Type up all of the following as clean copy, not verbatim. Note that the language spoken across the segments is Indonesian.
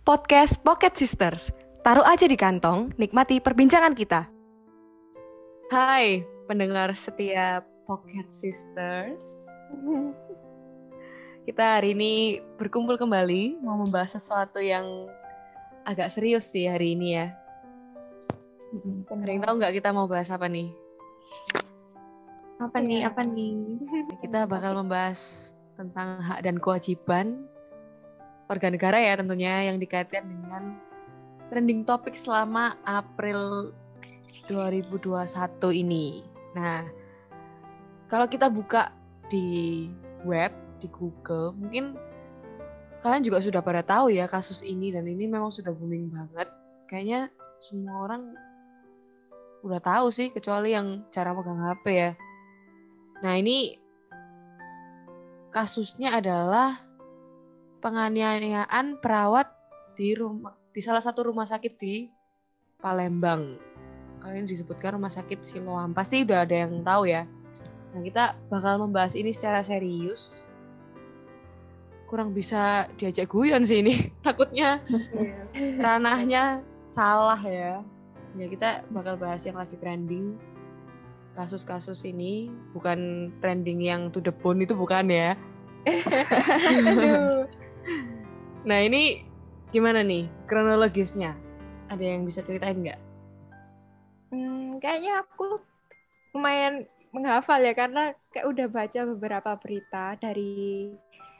podcast Pocket Sisters. Taruh aja di kantong, nikmati perbincangan kita. Hai, pendengar setia Pocket Sisters. Kita hari ini berkumpul kembali, mau membahas sesuatu yang agak serius sih hari ini ya. Ada yang tahu nggak kita mau bahas apa nih? Apa nih? Kita bakal membahas tentang hak dan kewajiban warga negara ya tentunya, yang dikaitkan dengan trending topik selama April 2021 ini. Nah, kalau kita buka di web, di Google, mungkin kalian juga sudah pada tahu ya kasus ini, dan ini memang sudah booming banget. Kayaknya semua orang udah tahu sih, kecuali yang cara pegang HP ya. Nah, ini kasusnya adalah penganiayaan perawat di salah satu rumah sakit di Palembang. Kalian disebutkan rumah sakit Siloam. Pasti udah ada yang tahu ya. Nah, kita bakal membahas ini secara serius. Kurang bisa diajak guyon sih ini. Takutnya ranahnya salah ya. Ya, kita bakal bahas yang lagi trending. Kasus-kasus ini bukan trending yang to the bone, itu bukan ya. Nah, ini gimana nih kronologisnya? Ada yang bisa ceritain nggak? Kayaknya aku lumayan menghafal ya, karena kayak udah baca beberapa berita dari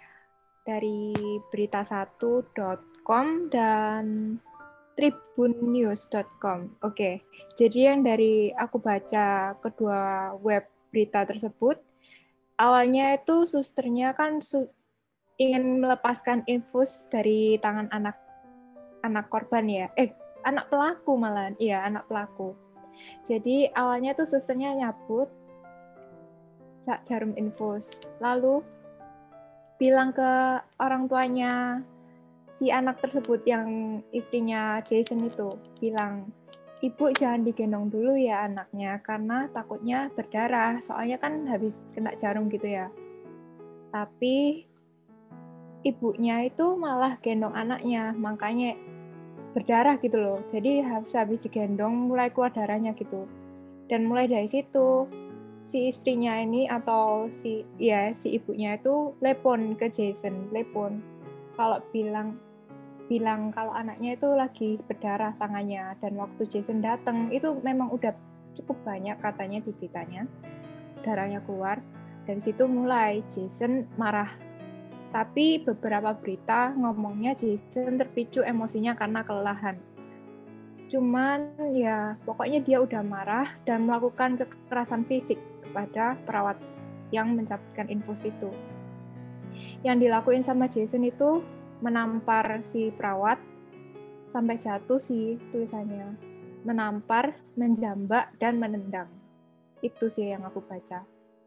berita1.com dan tribunnews.com. Oke, jadi yang dari aku baca kedua web berita tersebut, awalnya itu susternya kan ingin melepaskan infus dari tangan anak korban ya. Anak pelaku malahan. Iya, anak pelaku. Jadi awalnya tuh susternya nyabut jarum infus. Lalu bilang ke orang tuanya si anak tersebut, yang istrinya Jason itu, bilang, "Ibu jangan digendong dulu ya anaknya, karena takutnya berdarah. Soalnya kan habis kena jarum gitu ya." Tapi ibunya itu malah gendong anaknya, makanya berdarah gitu loh. Jadi habis digendong mulai keluar darahnya gitu. Dan mulai dari situ si istrinya ini atau si ibunya itu telepon ke Jason, kalau bilang kalau anaknya itu lagi berdarah tangannya. Dan waktu Jason datang itu memang udah cukup banyak katanya di beritanya darahnya keluar. Dari situ mulai Jason marah. Tapi beberapa berita ngomongnya Jason terpicu emosinya karena kelelahan. Cuman ya pokoknya dia udah marah dan melakukan kekerasan fisik kepada perawat yang mencabutkan infus itu. Yang dilakuin sama Jason itu menampar si perawat sampai jatuh sih tulisannya. Menampar, menjambak, dan menendang. Itu sih yang aku baca.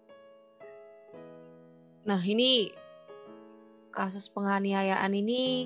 Nah, ini kasus penganiayaan ini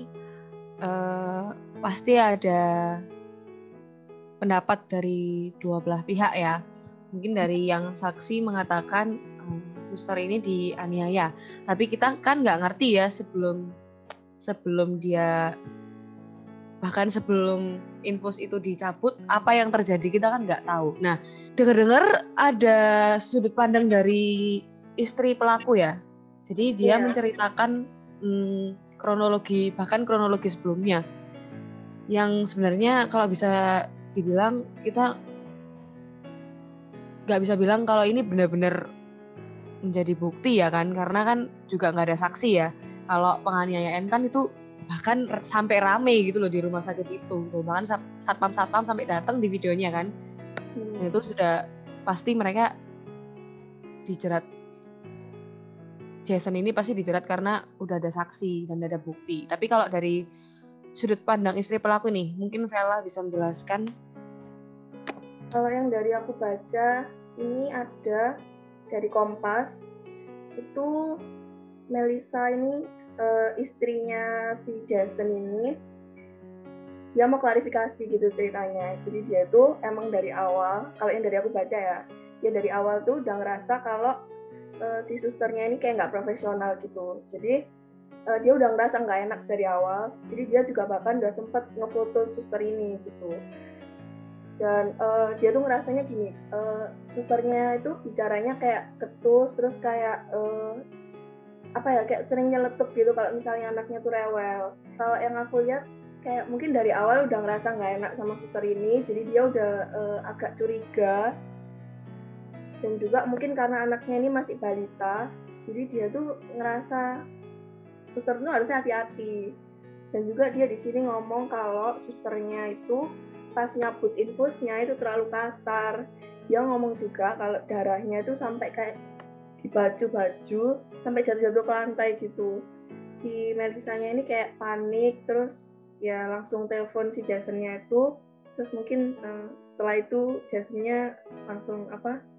pasti ada pendapat dari dua belah pihak ya. Mungkin dari yang saksi mengatakan suster ini dianiaya, tapi kita kan nggak ngerti ya sebelum dia, bahkan sebelum infus itu dicabut, apa yang terjadi kita kan nggak tahu. Nah, dengar-dengar ada sudut pandang dari istri pelaku ya. Jadi dia menceritakan kronologi sebelumnya, yang sebenarnya kalau bisa dibilang kita nggak bisa bilang kalau ini benar-benar menjadi bukti ya kan, karena kan juga nggak ada saksi ya. Kalau penganiayaan kan itu bahkan sampai rame gitu loh di rumah sakit itu, bahkan satpam sampai datang di videonya kan. Dan itu sudah pasti mereka dijerat. Jason ini pasti dijerat karena udah ada saksi dan ada bukti. Tapi kalau dari sudut pandang istri pelaku nih, mungkin Vela bisa menjelaskan. Kalau yang dari aku baca, ini ada dari Kompas, itu Melissa ini istrinya si Jason ini, dia mau klarifikasi gitu ceritanya. Jadi dia tuh emang dari awal, kalau yang dari aku baca ya, dia dari awal tuh udah ngerasa kalau si susternya ini kayak nggak profesional gitu. Jadi dia udah ngerasa nggak enak dari awal, jadi dia juga bahkan udah sempat ngefoto suster ini gitu. Dan dia tuh ngerasanya gini, susternya itu bicaranya kayak ketus, terus kayak kayak sering nyeletuk gitu kalau misalnya anaknya tuh rewel. Kalau yang aku lihat kayak mungkin dari awal udah ngerasa nggak enak sama suster ini, jadi dia udah agak curiga. Dan juga mungkin karena anaknya ini masih balita, jadi dia tuh ngerasa suster itu harusnya hati-hati. Dan juga dia di sini ngomong kalau susternya itu pas nyabut infusnya itu terlalu kasar. Dia ngomong juga kalau darahnya itu sampai kayak di baju-baju sampai jatuh-jatuh ke lantai gitu. Si Melisanya ini kayak panik, terus ya langsung telepon si Jasonnya itu. Terus mungkin setelah itu Jasonnya langsung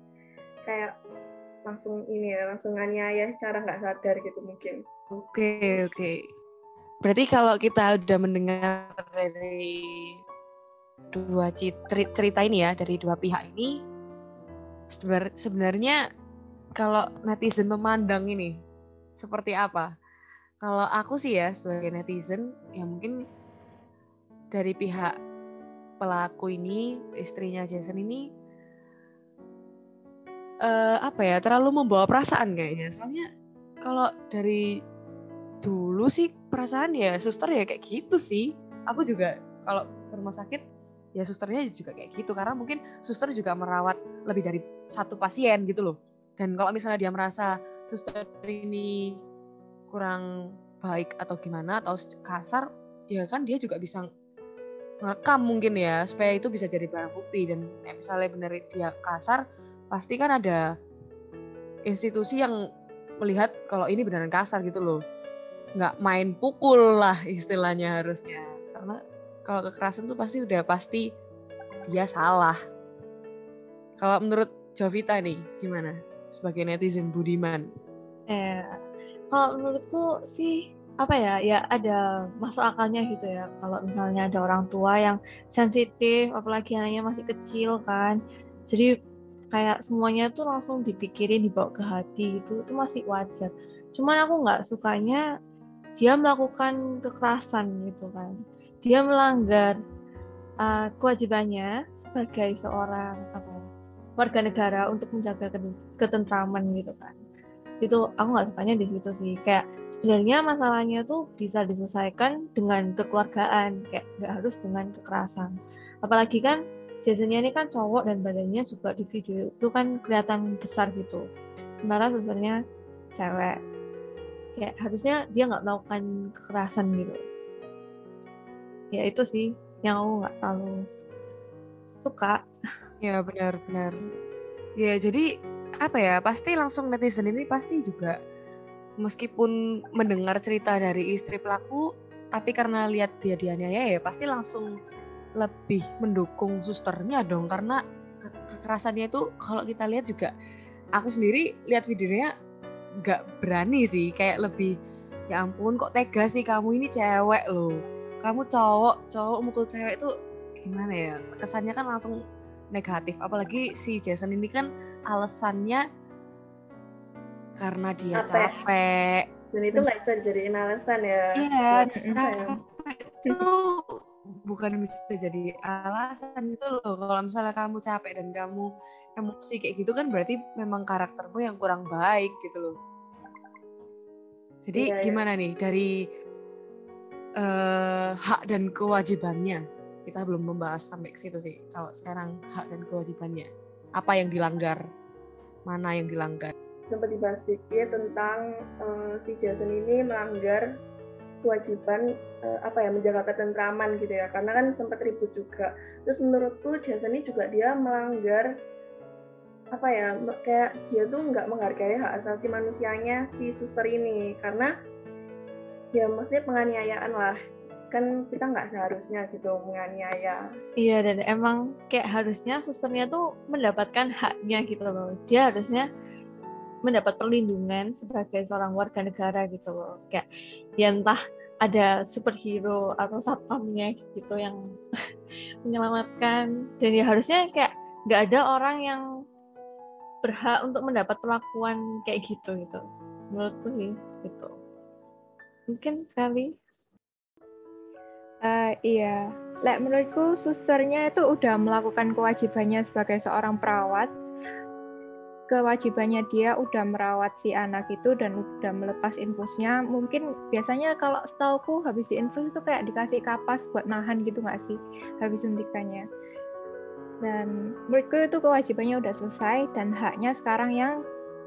langsung nganiaya secara nggak sadar gitu mungkin. Oke. Berarti kalau kita udah mendengar dari dua cerita ini ya, dari dua pihak ini, sebenarnya kalau netizen memandang ini seperti apa? Kalau aku sih ya sebagai netizen, ya mungkin dari pihak pelaku ini, istrinya Jason ini, terlalu membawa perasaan kayaknya. Soalnya kalau dari dulu sih perasaan ya suster ya kayak gitu sih. Aku juga kalau ke rumah sakit ya susternya juga kayak gitu, karena mungkin suster juga merawat lebih dari satu pasien gitu loh. Dan kalau misalnya dia merasa suster ini kurang baik atau gimana atau kasar, ya kan dia juga bisa ngerekam mungkin ya, supaya itu bisa jadi barang bukti. Dan misalnya benar dia kasar, pasti kan ada institusi yang melihat kalau ini beneran kasar gitu loh. Nggak main pukul lah istilahnya harusnya. Karena kalau kekerasan tuh pasti dia salah. Kalau menurut Jovita nih gimana sebagai netizen budiman? Kalau menurutku sih ya ada masuk akalnya gitu ya. Kalau misalnya ada orang tua yang sensitif, apalagi anaknya masih kecil kan, jadi kayak semuanya tuh langsung dipikirin, dibawa ke hati itu masih wajar. Cuman aku nggak sukanya dia melakukan kekerasan gitu kan. Dia melanggar kewajibannya sebagai seorang warga negara untuk menjaga ketentraman gitu kan. Itu aku nggak sukanya di situ sih. Kayak sebenarnya masalahnya tuh bisa diselesaikan dengan kekeluargaan, kayak nggak harus dengan kekerasan. Apalagi kan Jasonnya ini kan cowok dan badannya juga di video itu kan kelihatan besar gitu. Sementara susternya cewek. Kayak harusnya dia nggak melakukan kekerasan gitu. Ya itu sih yang aku nggak terlalu suka. Ya benar. Ya jadi pasti langsung netizen ini pasti juga meskipun mendengar cerita dari istri pelaku, tapi karena lihat dia dianiaya ya pasti langsung lebih mendukung susternya dong, karena kekerasannya itu kalau kita lihat juga, aku sendiri lihat videonya nggak berani sih, kayak lebih ya ampun kok tega sih kamu, ini cewek loh, kamu cowok mukul cewek itu gimana ya, kesannya kan langsung negatif. Apalagi si Jason ini kan alasannya karena dia capek. Dan itu nggak bisa dijadiin alasan ya. Iya, capek itu bukan bisa jadi alasan itu loh. Kalau misalnya kamu capek dan kamu emosi kayak gitu kan berarti memang karaktermu yang kurang baik gitu loh. Jadi gimana nih dari hak dan kewajibannya? Kita belum membahas sampai ke situ sih. Kalau sekarang hak dan kewajibannya, apa yang dilanggar? Mana yang dilanggar? Sempat dibahas sedikit tentang si Jason ini melanggar kewajiban menjaga ketentraman gitu ya, karena kan sempat ribut juga. Terus menurutku Jason ini juga dia melanggar kayak dia tuh nggak menghargai hak asasi manusianya si suster ini, karena ya maksudnya penganiayaan lah, kan kita nggak seharusnya gitu menganiaya. Iya, dan emang kayak harusnya susternya tuh mendapatkan haknya gitu loh. Dia harusnya mendapat perlindungan sebagai seorang warga negara gitu loh. Kayak ya entah ada superhero atau satpamnya gitu yang menyelamatkan, dan ya harusnya kayak nggak ada orang yang berhak untuk mendapat perlakuan kayak gitu menurutku sih gitu. Mungkin Feli. Iya, menurutku susternya itu udah melakukan kewajibannya sebagai seorang perawat. Kewajibannya dia udah merawat si anak itu dan udah melepas infusnya. Mungkin biasanya kalau setauku habis diinfus itu kayak dikasih kapas buat nahan gitu nggak sih habis suntikannya. Dan menurutku itu kewajibannya udah selesai dan haknya sekarang yang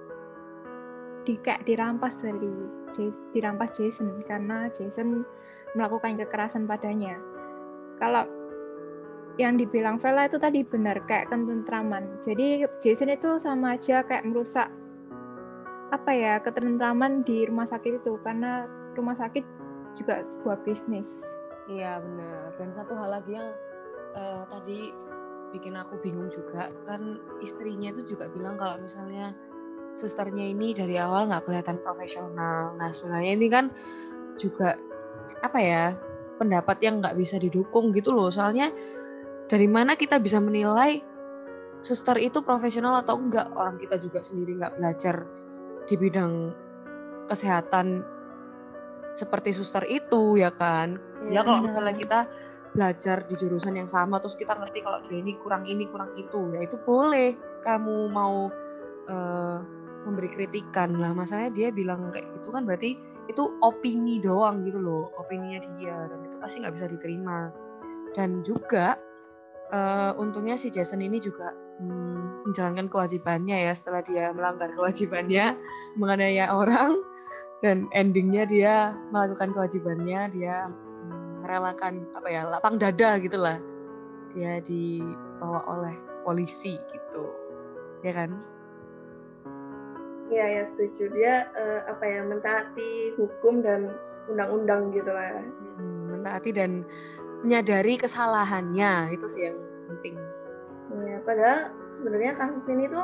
dirampas Jason karena Jason melakukan kekerasan padanya. Kalau yang dibilang Vela itu tadi benar, kayak ketentraman. Jadi Jason itu sama aja kayak merusak ketentraman di rumah sakit itu, karena rumah sakit juga sebuah bisnis. Iya benar. Dan satu hal lagi yang tadi bikin aku bingung juga, kan istrinya itu juga bilang kalau misalnya susternya ini dari awal nggak kelihatan profesional. Nah sebenarnya ini kan juga pendapat yang nggak bisa didukung gitu loh. Soalnya dari mana kita bisa menilai suster itu profesional atau enggak? Orang kita juga sendiri nggak belajar di bidang kesehatan seperti suster itu, ya kan? Ya kalau misalnya kita belajar di jurusan yang sama, terus kita ngerti kalau dia ini, kurang itu, ya itu boleh. Kamu mau memberi kritikan lah. Masalahnya dia bilang kayak gitu kan berarti itu opini doang gitu loh, opininya dia, dan itu pasti nggak bisa diterima. Dan juga untungnya si Jason ini juga menjalankan kewajibannya ya setelah dia melanggar kewajibannya menganiaya orang, dan endingnya dia melakukan kewajibannya, dia merelakan lapang dada gitulah, dia dibawa oleh polisi gitu, ya kan? Iya ya setuju, dia mentaati hukum dan undang-undang gitu lah. Mentaati dan menyadari kesalahannya, itu sih yang penting. Ya, padahal sebenarnya kasus ini tuh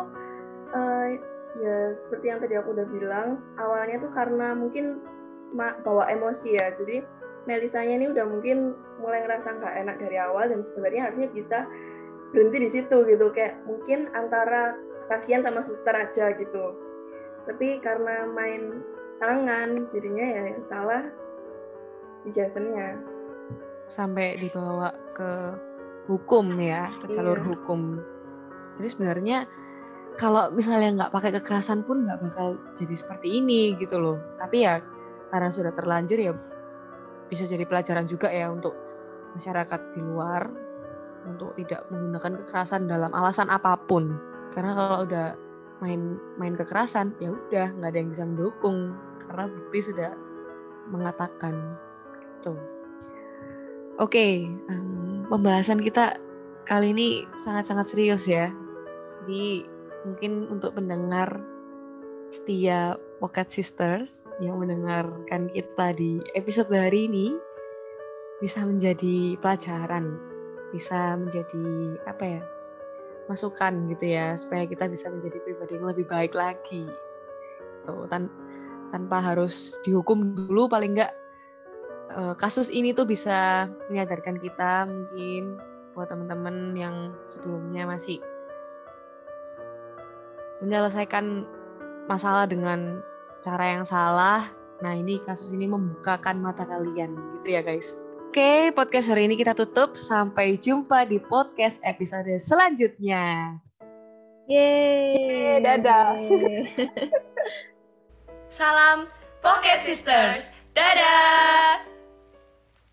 ya seperti yang tadi aku udah bilang, awalnya tuh karena mungkin bawa emosi ya, jadi Melisanya ini udah mungkin mulai ngerasa nggak enak dari awal, dan sebenarnya harusnya bisa berhenti di situ gitu, kayak mungkin antara pasien sama suster aja gitu, tapi karena main tangan jadinya ya yang salah di Jasonnya, sampai dibawa ke hukum ya, ke jalur hukum. Jadi sebenarnya kalau misalnya nggak pakai kekerasan pun nggak bakal jadi seperti ini gitu loh. Tapi ya karena sudah terlanjur ya bisa jadi pelajaran juga ya untuk masyarakat di luar untuk tidak menggunakan kekerasan dalam alasan apapun. Karena kalau udah main kekerasan ya udah nggak ada yang bisa mendukung karena bukti sudah mengatakan gitu. Oke, pembahasan kita kali ini sangat-sangat serius ya. Jadi mungkin untuk pendengar setia Pocket Sisters yang mendengarkan kita di episode hari ini bisa menjadi pelajaran, bisa menjadi masukan gitu ya, supaya kita bisa menjadi pribadi yang lebih baik lagi. Tuh, tanpa harus dihukum dulu, paling enggak kasus ini tuh bisa menyadarkan kita mungkin buat teman-teman yang sebelumnya masih menyelesaikan masalah dengan cara yang salah. Nah, ini kasus ini membukakan mata kalian gitu ya guys. Oke, podcast hari ini kita tutup. Sampai jumpa di podcast episode selanjutnya. Yeay, dadah. Salam Pocket Sisters. Dadah.